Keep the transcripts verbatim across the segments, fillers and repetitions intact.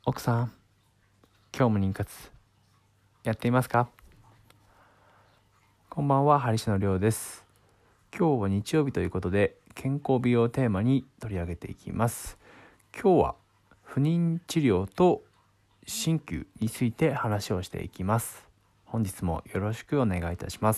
奥さん、今日も妊活やっていますか？こんばんは、針師のりょうです。今日は日曜日ということで健康美容テーマに取り上げていきます。今日は不妊治療と鍼灸について話をしていきます。本日もよろしくお願いいたします。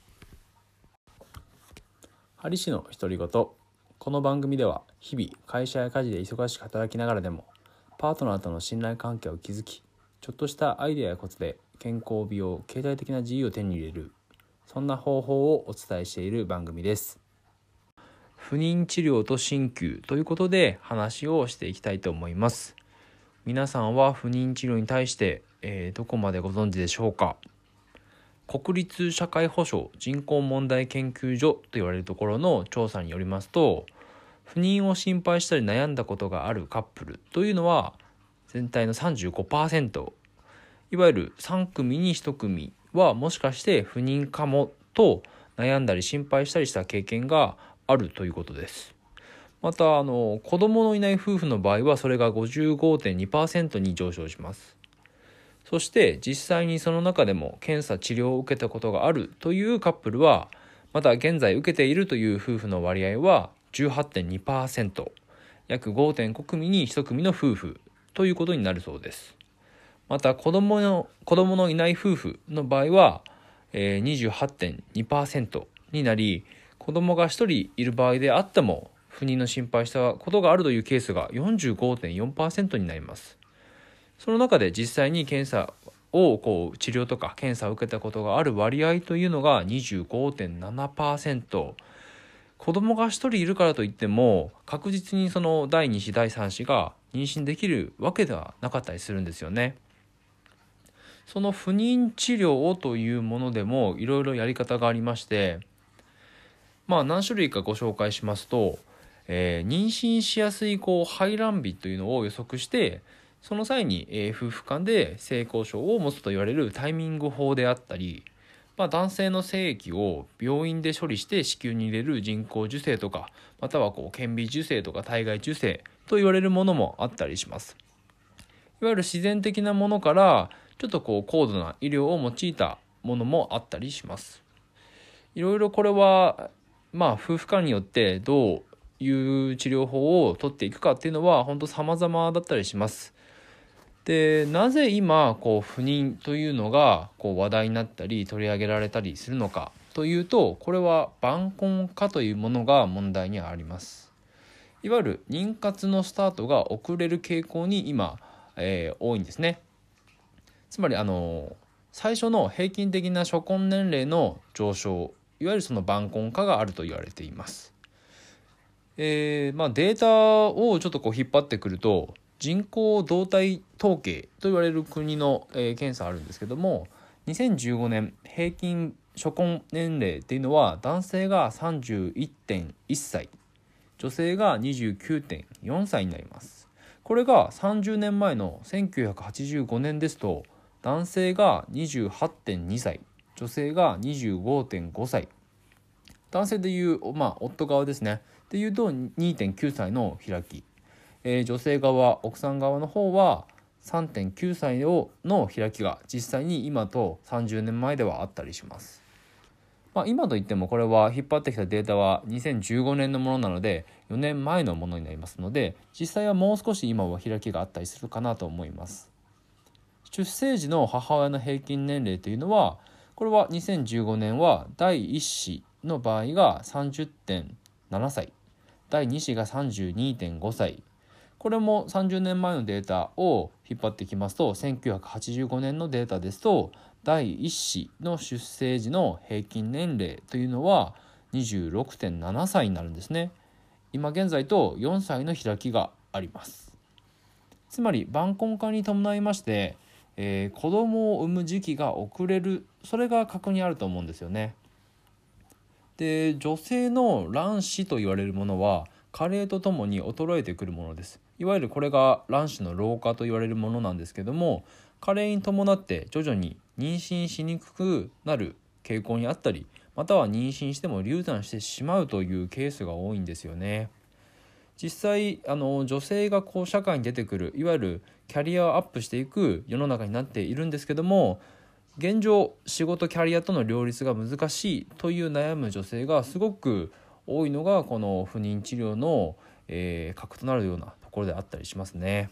針師の独り言。この番組では日々会社や家事で忙しく働きながらでもパートナーとの信頼関係を築き、ちょっとしたアイデアやコツで健康美容、経済的な自由を手に入れる、そんな方法をお伝えしている番組です。不妊治療と鍼灸ということで話をしていきたいと思います。皆さんは不妊治療に対して、えー、どこまでご存知でしょうか？国立社会保障人口問題研究所と言われるところの調査によりますと、不妊を心配したり悩んだことがあるカップルというのは全体の さんじゅうごパーセント、 いわゆるさん組にいち組はもしかして不妊かもと悩んだり心配したりした経験があるということです。またあの子供のいない夫婦の場合はそれが ごじゅうごてんにパーセント に上昇します。そして実際にその中でも検査治療を受けたことがあるというカップルは、また現在受けているという夫婦の割合は じゅうはちてんにパーセント、 約 ごてんご組にいち組の夫婦ということになるそうです。また子供の子供のいない夫婦の場合は、えー、にじゅうはちてんにパーセント になり、子供がひとりいる場合であっても不妊の心配したことがあるというケースが よんじゅうごてんよんパーセント になります。その中で実際に検査をこう治療とか検査を受けたことがある割合というのが にじゅうごてんななパーセント。 子供がひとりいるからといっても確実にそのだいに子だいさん子が妊娠できるわけではなかったりするんですよね。その不妊治療というものでもいろいろやり方がありまして、まあ何種類かご紹介しますと、えー、妊娠しやすいこう排卵日というのを予測して、その際に、えー、夫婦間で性交渉を持つと言われるタイミング法であったり、まあ、男性の精液を病院で処理して子宮に入れる人工授精とか、またはこう顕微授精とか体外受精と言われるものもあったりします。いわゆる自然的なものからちょっとこう高度な医療を用いたものもあったりします。いろいろこれはまあ夫婦間によってどういう治療法を取っていくかっていうのは本当様々だったりします。で、なぜ今こう不妊というのがこう話題になったり取り上げられたりするのかというと、これは晩婚化というものが問題にあります。いわゆる妊活のスタートが遅れる傾向に今、えー、多いんですね。つまりあの最初の平均的な初婚年齢の上昇、いわゆるその晩婚化があると言われています。えーまあ、データをちょっとこう引っ張ってくると、人口動態統計と言われる国の、えー、検査あるんですけども、にせんじゅうごねん平均初婚年齢っていうのは男性が さんじゅういってんいっさい、女性が にじゅうきゅうてんよんさいになります。これがさんじゅうねんまえのせんきゅうひゃくはちじゅうごねんですと、男性が にじゅうはちてんにさい、女性が にじゅうごてんごさい、男性でいう、まあ、夫側ですねでいうと にてんきゅうさいの開き、えー、女性側奥さん側の方は さんてんきゅうさいをの開きが実際に今とさんじゅうねんまえではあったりします。まあ、今といってもこれは引っ張ってきたデータはにせんじゅうごねんのものなのでよねんまえのものになりますので、実際はもう少し今は開きがあったりするかなと思います。出生時の母親の平均年齢というのは、これはにせんじゅうごねんはだいいち子の場合が さんじゅってんななさい、だいに子が さんじゅうにてんごさい。これもさんじゅうねんまえのデータを引っ張ってきますと、せんきゅうひゃくはちじゅうごねんのデータですとだいいち子の出生時の平均年齢というのは にじゅうろくてんななさいになるんですね。今現在とよんさいの開きがあります。つまり晩婚化に伴いまして、えー、子供を産む時期が遅れる、それが確認あると思うんですよね。で、女性の卵子と言われるものは加齢とともに衰えてくるものです。いわゆるこれが卵子の老化と言われるものなんですけども、加齢に伴って徐々に妊娠しにくくなる傾向にあったり、または妊娠しても流産してしまうというケースが多いんですよね。 実際あの女性がこう社会に出てくるいわゆるキャリアをアップしていく世の中になっているんですけども、現状仕事キャリアとの両立が難しいという悩む女性がすごく多いのがこの不妊治療の、えー、核となるようなところであったりしますね。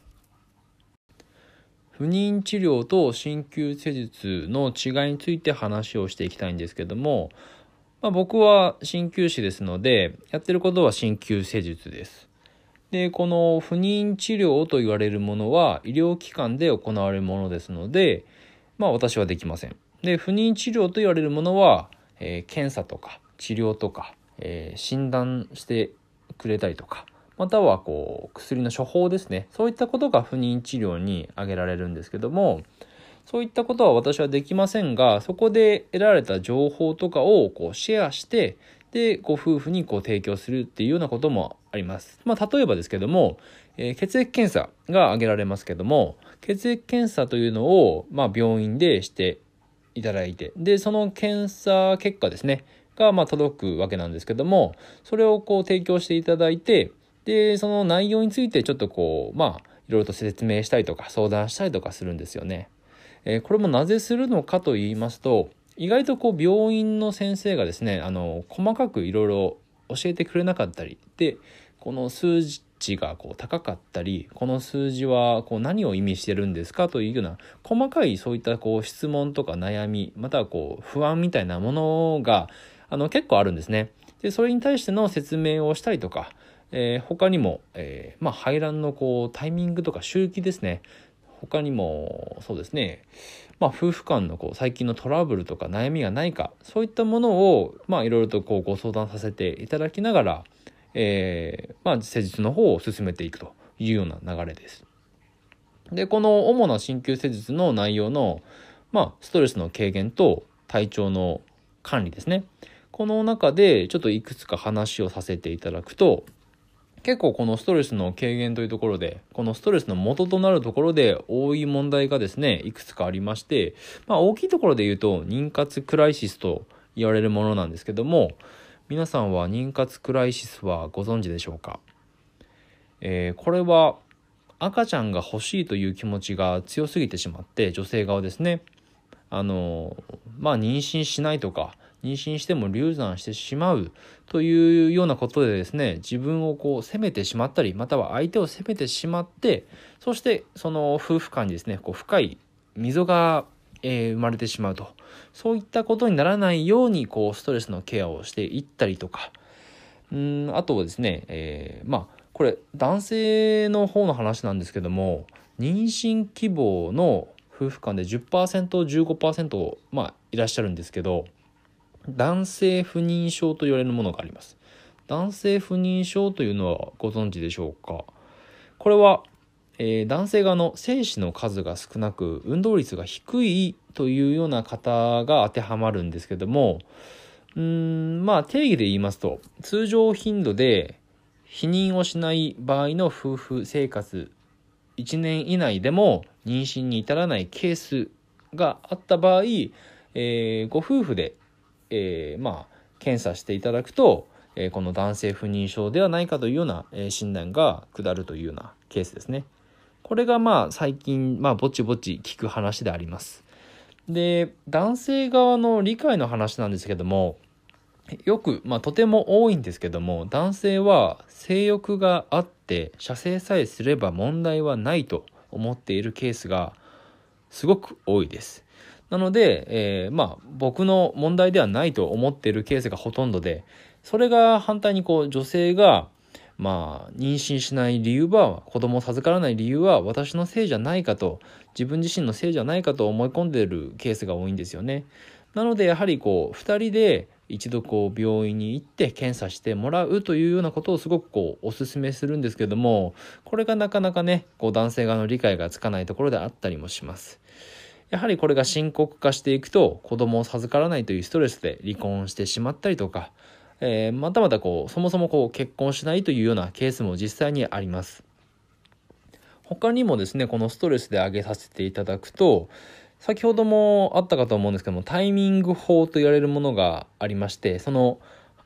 不妊治療と鍼灸施術の違いについて話をしていきたいんですけども、まあ、僕は鍼灸師ですのでやってることは鍼灸施術です。でこの不妊治療と言われるものは医療機関で行われるものですので、まあ私はできません。で不妊治療と言われるものは、えー、検査とか治療とか、えー、診断してくれたりとか、またはこう薬の処方ですね、そういったことが不妊治療に挙げられるんですけども、そういったことは私はできませんが、そこで得られた情報とかをこうシェアしてでご夫婦にこう提供するっていうようなこともあります。まあ、例えばですけども、えー、血液検査が挙げられますけども、血液検査というのを、まあ、病院でしていただいて、でその検査結果ですねが、まあ、届くわけなんですけども、それをこう提供していただいて、でその内容についてちょっとこうまあいろいろと説明したりとか相談したりとかするんですよね。えー、これもなぜするのかと言いますと、意外とこう病院の先生がですね、あの細かくいろいろ教えてくれなかったりで、この数値がこう高かったり、この数字はこう何を意味してるんですかというような細かいそういったこう質問とか悩み、またはこう不安みたいなものがあの結構あるんですね。でそれに対しての説明をしたりとか、えー、他にも、えー、まあ排卵のこうタイミングとか周期ですね、他にもそうですね、まあ、夫婦間のこう最近のトラブルとか悩みがないか、そういったものをまあいろいろとこうご相談させていただきながら、えー、まあ施術の方を進めていくというような流れです。でこの主な鍼灸施術の内容の、まあ、ストレスの軽減と体調の管理ですね、この中でちょっといくつか話をさせていただくと、結構このストレスの軽減というところで、このストレスの元となるところで多い問題がですねいくつかありまして、まあ、大きいところで言うと妊活クライシスと言われるものなんですけども、皆さんは妊活クライシスはご存知でしょうか。えー、これは赤ちゃんが欲しいという気持ちが強すぎてしまって、女性側ですね、あのまあ妊娠しないとか妊娠しても流産してしまうというようなことでですね、自分をこう責めてしまったり、または相手を責めてしまって、そしてその夫婦間にですねこう深い溝が、えー、生まれてしまうと、そういったことにならないようにこうストレスのケアをしていったりとか、うーんあとはですね、えー、まあこれ男性の方の話なんですけども、妊娠希望の夫婦間で じゅっパーセント、じゅうごパーセント、まあ、いらっしゃるんですけど、男性不妊症と言われるものがあります。男性不妊症というのはご存知でしょうか。これは、えー、男性側の精子の数が少なく運動率が低いというような方が当てはまるんですけども、うーんまあ定義で言いますと、通常頻度で避妊をしない場合の夫婦生活いちねん以内でも妊娠に至らないケースがあった場合、えー、ご夫婦で、えー、まあ検査していただくと、えー、この男性不妊症ではないかというような、えー、診断が下るというようなケースですね。これがまあ最近、まあ、ぼちぼち聞く話であります。で、男性側の理解の話なんですけども、よく、まあ、とても多いんですけども、男性は性欲があって射精さえすれば問題はないと思っているケースがすごく多いです。なので、えー、まあ僕の問題ではないと思っているケースがほとんどで、それが反対にこう女性がまあ妊娠しない理由は、子供を授からない理由は私のせいじゃないかと、自分自身のせいじゃないかと思い込んでいるケースが多いんですよね。なのでやはりこうふたりで一度こう病院に行って検査してもらうというようなことをすごくこうお勧めするんですけども、これがなかなかねこう男性側の理解がつかないところであったりもします。やはりこれが深刻化していくと、子供を授からないというストレスで離婚してしまったりとか、えー、またまたこうそもそもこう結婚しないというようなケースも実際にあります。他にもですね、このストレスで挙げさせていただくと、先ほどもあったかと思うんですけども、タイミング法と言われるものがありまして、その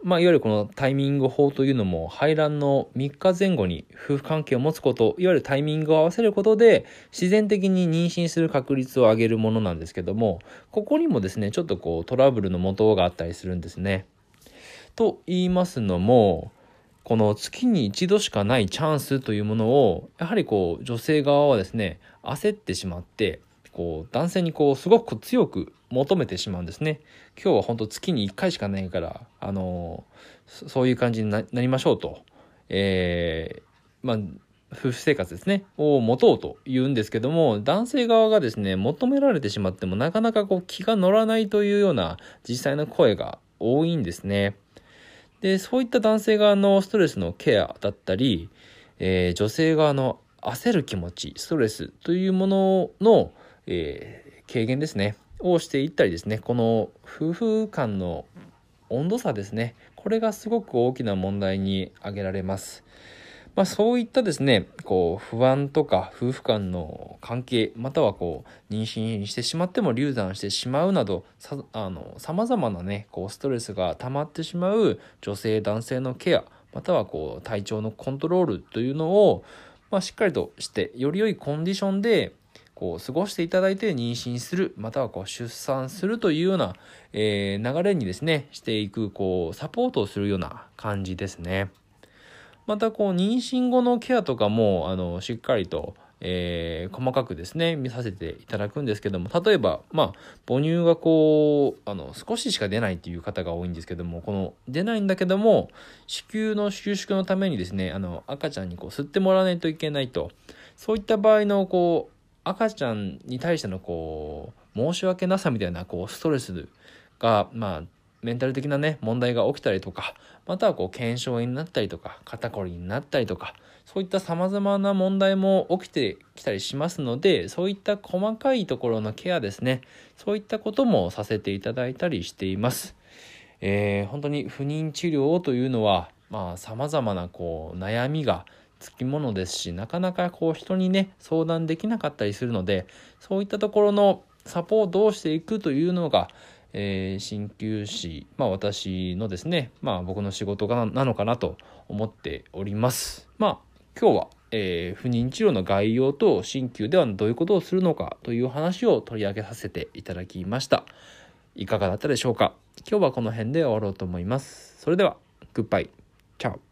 まあ、いわゆるこのタイミング法というのも排卵のみっかぜん後に夫婦関係を持つこと、いわゆるタイミングを合わせることで自然的に妊娠する確率を上げるものなんですけども、ここにもですねちょっとこうトラブルの元があったりするんですね。と言いますのも、この月に一度しかないチャンスというものをやはりこう女性側はですね焦ってしまって、こう男性にこうすごく強く求めてしまうんですね。今日は本当月にいっかいしかないからあのそういう感じに な, なりましょうと、えー、まあ夫婦生活ですねを持とうと言うんですけども、男性側がですね求められてしまってもなかなかこう気が乗らないというような実際の声が多いんですね。でそういった男性側のストレスのケアだったり、えー、女性側の焦る気持ちストレスというものの、えー、軽減ですねをしていったりですね、この夫婦間の温度差ですね、これがすごく大きな問題に挙げられます。まあ、そういったですねこう不安とか夫婦間の関係、またはこう妊娠してしまっても流産してしまうなどさあの様々なねこうストレスが溜まってしまう女性男性のケア、またはこう体調のコントロールというのを、まあ、しっかりとしてより良いコンディションでこう過ごしていただいて妊娠する、またはこう出産するというような、えー、流れにですねしていくこうサポートをするような感じですね。またこう妊娠後のケアとかもあのしっかりと、えー、細かくですね見させていただくんですけども、例えばまあ母乳がこうあの少ししか出ないっていう方が多いんですけども、この出ないんだけども子宮の収縮のためにですねあの赤ちゃんにこう吸ってもらわないといけないと、そういった場合のこう赤ちゃんに対してのこう申し訳なさみたいなこうストレスがまあメンタル的なね問題が起きたりとか、またはこう腱鞘炎になったりとか肩こりになったりとか、そういった様々な問題も起きてきたりしますので、そういった細かいところのケアですね、そういったこともさせていただいたりしています。えー、本当に不妊治療というのはまあ様々なこう悩みがつきものですし、なかなかこう人にね相談できなかったりするので、そういったところのサポートをしていくというのがえー、鍼灸師、まあ私のですね、まあ僕の仕事が な, なのかなと思っております。まあ今日は、えー、不妊治療の概要と鍼灸ではどういうことをするのかという話を取り上げさせていただきました。いかがだったでしょうか。今日はこの辺で終わろうと思います。それでは、グッバイ。チャオ。